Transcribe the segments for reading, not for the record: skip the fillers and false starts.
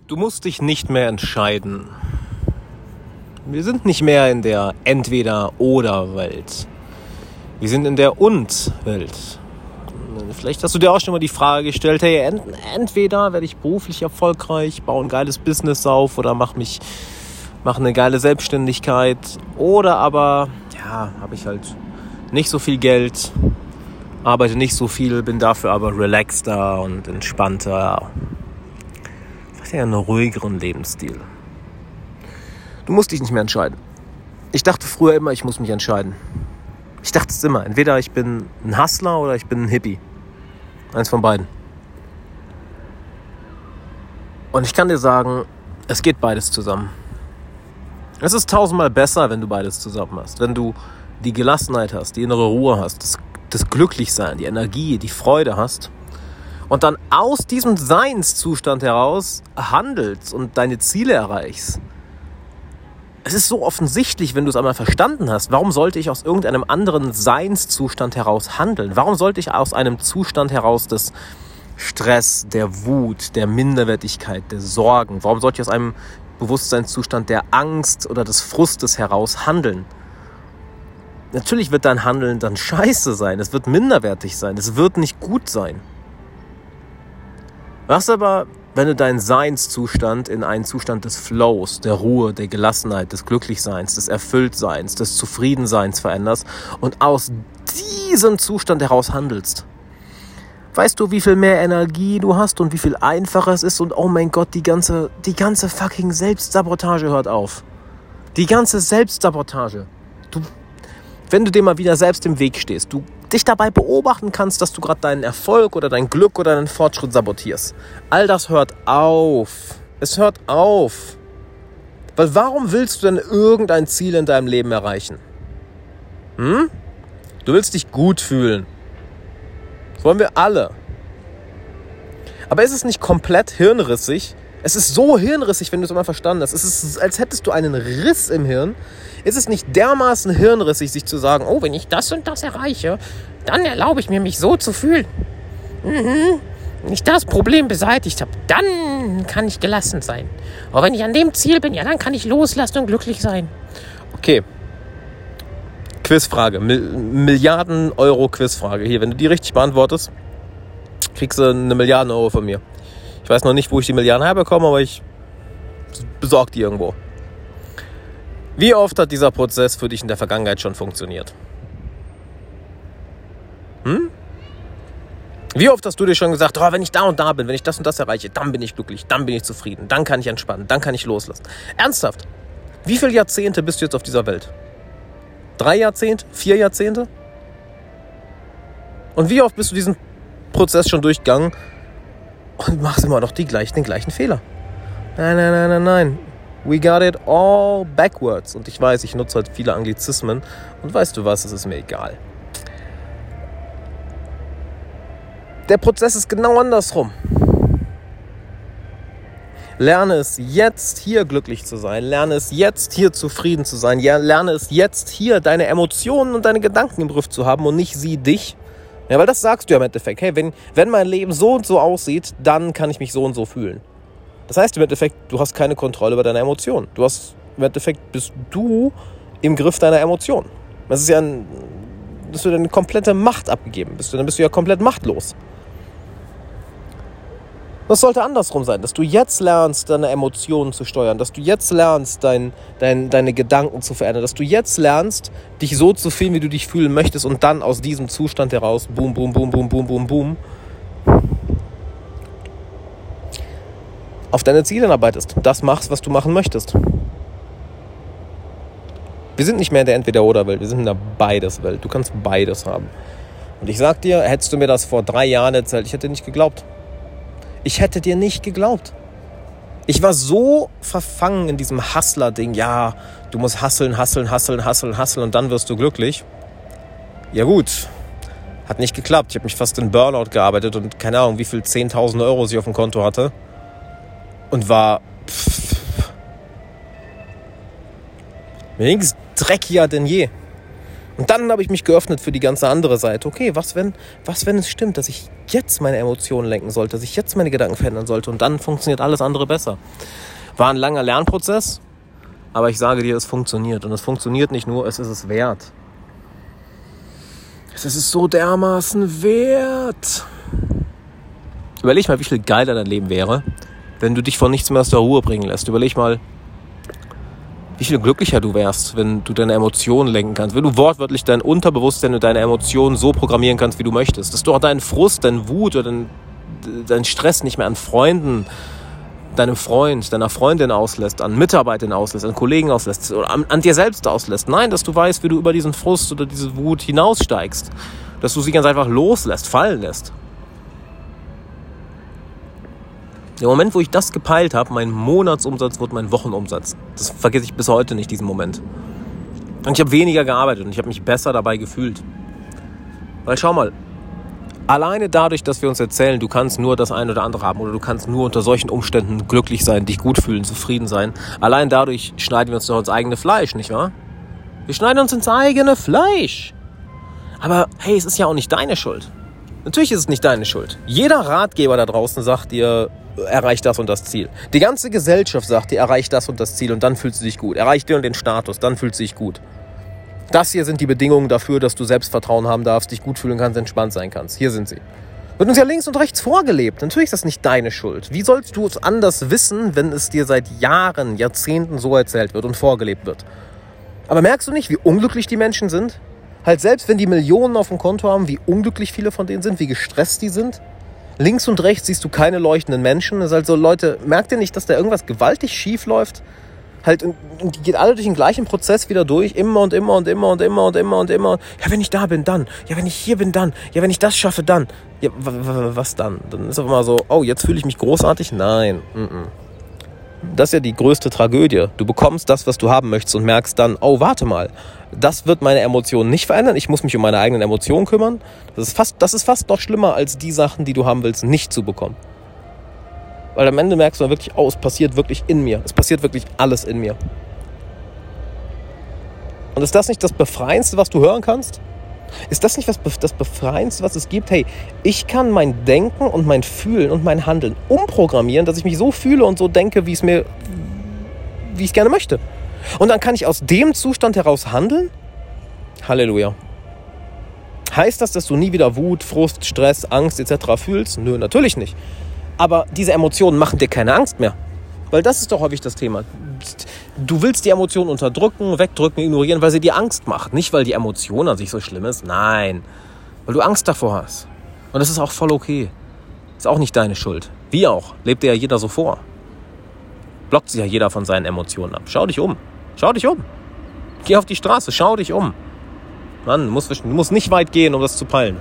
Du musst dich nicht mehr entscheiden. Wir sind nicht mehr in der Entweder-Oder-Welt. Wir sind in der Und-Welt. Vielleicht hast du dir auch schon mal die Frage gestellt, hey, entweder werde ich beruflich erfolgreich, baue ein geiles Business auf oder mache eine geile Selbstständigkeit, oder aber, ja, habe ich halt nicht so viel Geld, arbeite nicht so viel, bin dafür aber relaxter und entspannter. Vielleicht ja einen ruhigeren Lebensstil. Du musst dich nicht mehr entscheiden. Ich dachte früher immer, ich muss mich entscheiden. Ich dachte es immer, entweder ich bin ein Hustler oder ich bin ein Hippie. Eins von beiden. Und ich kann dir sagen, es geht beides zusammen. Es ist 1000-mal besser, wenn du beides zusammen hast. Wenn du die Gelassenheit hast, die innere Ruhe hast, das Glücklichsein, die Energie, die Freude hast und dann aus diesem Seinszustand heraus handelst und deine Ziele erreichst. Es ist so offensichtlich, wenn du es einmal verstanden hast. Warum sollte ich aus irgendeinem anderen Seinszustand heraus handeln? Warum sollte ich aus einem Zustand heraus des Stress, der Wut, der Minderwertigkeit, der Sorgen, warum sollte ich aus einem Bewusstseinszustand der Angst oder des Frustes heraus handeln? Natürlich wird dein Handeln dann scheiße sein, es wird minderwertig sein, es wird nicht gut sein. Was aber, wenn du deinen Seinszustand in einen Zustand des Flows, der Ruhe, der Gelassenheit, des Glücklichseins, des Erfülltseins, des Zufriedenseins veränderst und aus diesem Zustand heraus handelst? Weißt du, wie viel mehr Energie du hast und wie viel einfacher es ist? Und oh mein Gott, die ganze fucking Selbstsabotage hört auf. Die ganze Selbstsabotage. Wenn du dir mal wieder selbst im Weg stehst, du dich dabei beobachten kannst, dass du gerade deinen Erfolg oder dein Glück oder deinen Fortschritt sabotierst. All das hört auf. Es hört auf. Weil warum willst du denn irgendein Ziel in deinem Leben erreichen? Du willst dich gut fühlen. Das wollen wir alle. Aber ist es nicht komplett hirnrissig? Es ist so hirnrissig, wenn du es mal verstanden hast. Es ist, als hättest du einen Riss im Hirn. Ist es nicht dermaßen hirnrissig, sich zu sagen, oh, wenn ich das und das erreiche, dann erlaube ich mir, mich so zu fühlen. Wenn ich das Problem beseitigt habe, dann kann ich gelassen sein. Aber wenn ich an dem Ziel bin, ja, dann kann ich loslassen und glücklich sein. Okay. Quizfrage. Milliarden Euro Quizfrage. Hier, wenn du die richtig beantwortest, kriegst du 1 Milliarde Euro von mir. Ich weiß noch nicht, wo ich die Milliarden herbekomme, aber ich besorge die irgendwo. Wie oft hat dieser Prozess für dich in der Vergangenheit schon funktioniert? Wie oft hast du dir schon gesagt, oh, wenn ich da und da bin, wenn ich das und das erreiche, dann bin ich glücklich, dann bin ich zufrieden, dann kann ich entspannen, dann kann ich loslassen. Ernsthaft, wie viele Jahrzehnte bist du jetzt auf dieser Welt? 3 Jahrzehnte? 4 Jahrzehnte? Und wie oft bist du diesen Prozess schon durchgegangen und machst immer noch den gleichen Fehler? Nein. We got it all backwards. Und ich weiß, ich nutze halt viele Anglizismen. Und weißt du was, es ist mir egal. Der Prozess ist genau andersrum. Lerne es jetzt, hier glücklich zu sein. Lerne es jetzt, hier zufrieden zu sein. Ja, lerne es jetzt, hier deine Emotionen und deine Gedanken im Griff zu haben und nicht sie dich. Ja, weil das sagst du ja im Endeffekt. Hey, wenn mein Leben so und so aussieht, dann kann ich mich so und so fühlen. Das heißt im Endeffekt, du hast keine Kontrolle über deine Emotionen. Im Endeffekt bist du im Griff deiner Emotionen. Das ist ja dass du deine komplette Macht abgegeben bist. Dann bist du ja komplett machtlos. Das sollte andersrum sein, dass du jetzt lernst, deine Emotionen zu steuern, dass du jetzt lernst, deine Gedanken zu verändern, dass du jetzt lernst, dich so zu fühlen, wie du dich fühlen möchtest und dann aus diesem Zustand heraus, boom, boom, boom, boom, boom, boom, boom, auf deine Ziele arbeitest, das machst, was du machen möchtest. Wir sind nicht mehr in der Entweder-Oder-Welt, wir sind in der Beides-Welt. Du kannst beides haben. Und ich sag dir, hättest du mir das vor 3 Jahren erzählt, ich hätte nicht geglaubt. Ich hätte dir nicht geglaubt. Ich war so verfangen in diesem Hustler-Ding. Ja, du musst hustlen und dann wirst du glücklich. Ja gut, hat nicht geklappt. Ich habe mich fast in Burnout gearbeitet und keine Ahnung, wie viel 10.000 Euro ich auf dem Konto hatte. Und war mir ging's dreckiger denn je. Und dann habe ich mich geöffnet für die ganze andere Seite. Okay, was wenn es stimmt, dass ich jetzt meine Emotionen lenken sollte, dass ich jetzt meine Gedanken verändern sollte und dann funktioniert alles andere besser. War ein langer Lernprozess, aber ich sage dir, es funktioniert. Und es funktioniert nicht nur, es ist es wert. Es ist es so dermaßen wert. Überleg mal, wie viel geiler dein Leben wäre, wenn du dich von nichts mehr aus der Ruhe bringen lässt. Überleg mal, wie viel glücklicher du wärst, wenn du deine Emotionen lenken kannst. Wenn du wortwörtlich dein Unterbewusstsein und deine Emotionen so programmieren kannst, wie du möchtest. Dass du auch deinen Frust, deinen Wut oder deinen Stress nicht mehr an Freunden, deinem Freund, deiner Freundin auslässt, an Mitarbeitern auslässt, an Kollegen auslässt oder an dir selbst auslässt. Nein, dass du weißt, wie du über diesen Frust oder diese Wut hinaussteigst. Dass du sie ganz einfach loslässt, fallen lässt. Der Moment, wo ich das gepeilt habe, mein Monatsumsatz wird mein Wochenumsatz. Das vergesse ich bis heute nicht, diesen Moment. Und ich habe weniger gearbeitet und ich habe mich besser dabei gefühlt. Weil schau mal, alleine dadurch, dass wir uns erzählen, du kannst nur das eine oder andere haben oder du kannst nur unter solchen Umständen glücklich sein, dich gut fühlen, zufrieden sein, allein dadurch schneiden wir uns doch ins eigene Fleisch, nicht wahr? Wir schneiden uns ins eigene Fleisch. Aber hey, es ist ja auch nicht deine Schuld. Natürlich ist es nicht deine Schuld. Jeder Ratgeber da draußen sagt dir, erreich das und das Ziel. Die ganze Gesellschaft sagt dir, erreich das und das Ziel und dann fühlst du dich gut. Erreich den und den Status, dann fühlst du dich gut. Das hier sind die Bedingungen dafür, dass du Selbstvertrauen haben darfst, dich gut fühlen kannst, entspannt sein kannst. Hier sind sie. Wird uns ja links und rechts vorgelebt. Natürlich ist das nicht deine Schuld. Wie sollst du es anders wissen, wenn es dir seit Jahren, Jahrzehnten so erzählt wird und vorgelebt wird? Aber merkst du nicht, wie unglücklich die Menschen sind? Halt selbst wenn die Millionen auf dem Konto haben, wie unglücklich viele von denen sind, wie gestresst die sind? Links und rechts siehst du keine leuchtenden Menschen. Das ist halt so, Leute, merkt ihr nicht, dass da irgendwas gewaltig schief läuft? Halt, und die geht alle durch den gleichen Prozess wieder durch, immer und immer und immer und immer und immer und immer. Ja, wenn ich da bin, dann. Ja, wenn ich hier bin, dann. Ja, wenn ich das schaffe, dann. Ja, was dann? Dann ist auf einmal so, oh, jetzt fühle ich mich großartig? Nein. Das ist ja die größte Tragödie. Du bekommst das, was du haben möchtest und merkst dann, oh, warte mal, das wird meine Emotionen nicht verändern. Ich muss mich um meine eigenen Emotionen kümmern. Das ist fast noch schlimmer, als die Sachen, die du haben willst, nicht zu bekommen. Weil am Ende merkst du dann wirklich, oh, es passiert wirklich in mir. Es passiert wirklich alles in mir. Und ist das nicht das Befreiendste, was du hören kannst? Ist das nicht das Befreiendste, was es gibt? Hey, ich kann mein Denken und mein Fühlen und mein Handeln umprogrammieren, dass ich mich so fühle und so denke, wie ich es gerne möchte. Und dann kann ich aus dem Zustand heraus handeln? Halleluja. Heißt das, dass du nie wieder Wut, Frust, Stress, Angst etc. fühlst? Nö, natürlich nicht. Aber diese Emotionen machen dir keine Angst mehr. Weil das ist doch häufig das Thema. Du willst die Emotionen unterdrücken, wegdrücken, ignorieren, weil sie dir Angst macht. Nicht, weil die Emotion an sich so schlimm ist. Nein, weil du Angst davor hast. Und das ist auch voll okay. Ist auch nicht deine Schuld. Wie auch, lebt dir ja jeder so vor. Blockt sich ja jeder von seinen Emotionen ab. Schau dich um. Schau dich um. Geh auf die Straße, schau dich um. Mann, du musst nicht weit gehen, um das zu peilen.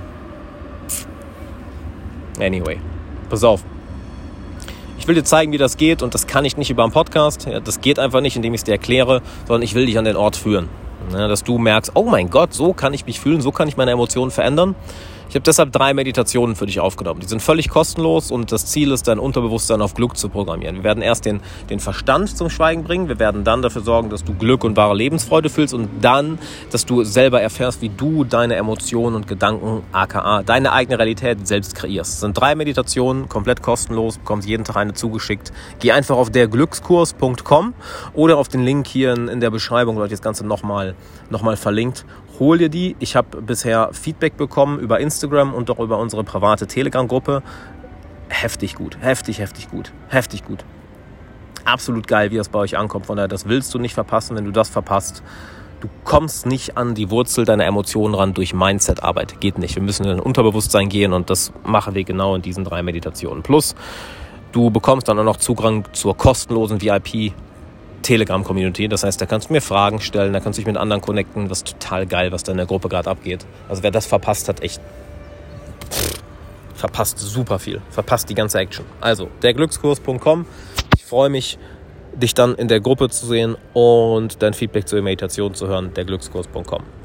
Anyway, pass auf. Ich will dir zeigen, wie das geht und das kann ich nicht über einen Podcast. Ja, das geht einfach nicht, indem ich es dir erkläre, sondern ich will dich an den Ort führen. Ja, dass du merkst, oh mein Gott, so kann ich mich fühlen, so kann ich meine Emotionen verändern. Ich habe deshalb 3 Meditationen für dich aufgenommen. Die sind völlig kostenlos und das Ziel ist, dein Unterbewusstsein auf Glück zu programmieren. Wir werden erst den Verstand zum Schweigen bringen. Wir werden dann dafür sorgen, dass du Glück und wahre Lebensfreude fühlst und dann, dass du selber erfährst, wie du deine Emotionen und Gedanken, aka deine eigene Realität selbst kreierst. Es sind 3 Meditationen, komplett kostenlos, du bekommst jeden Tag eine zugeschickt. Geh einfach auf derglückskurs.com oder auf den Link hier in der Beschreibung, wo ich das Ganze nochmal verlinkt. Hol dir die. Ich habe bisher Feedback bekommen über Instagram und auch über unsere private Telegram-Gruppe. Heftig gut. Heftig gut. Absolut geil, wie das bei euch ankommt. Von daher, das willst du nicht verpassen. Wenn du das verpasst, du kommst nicht an die Wurzel deiner Emotionen ran durch Mindset-Arbeit. Geht nicht. Wir müssen in dein Unterbewusstsein gehen und das machen wir genau in diesen 3 Meditationen. Plus, du bekommst dann auch noch Zugang zur kostenlosen VIP Telegram-Community, das heißt, da kannst du mir Fragen stellen, da kannst du dich mit anderen connecten, was total geil, was da in der Gruppe gerade abgeht. Also wer das verpasst hat, echt verpasst super viel, verpasst die ganze Action. Also, derglückskurs.com, ich freue mich, dich dann in der Gruppe zu sehen und dein Feedback zur Meditation zu hören, derglückskurs.com.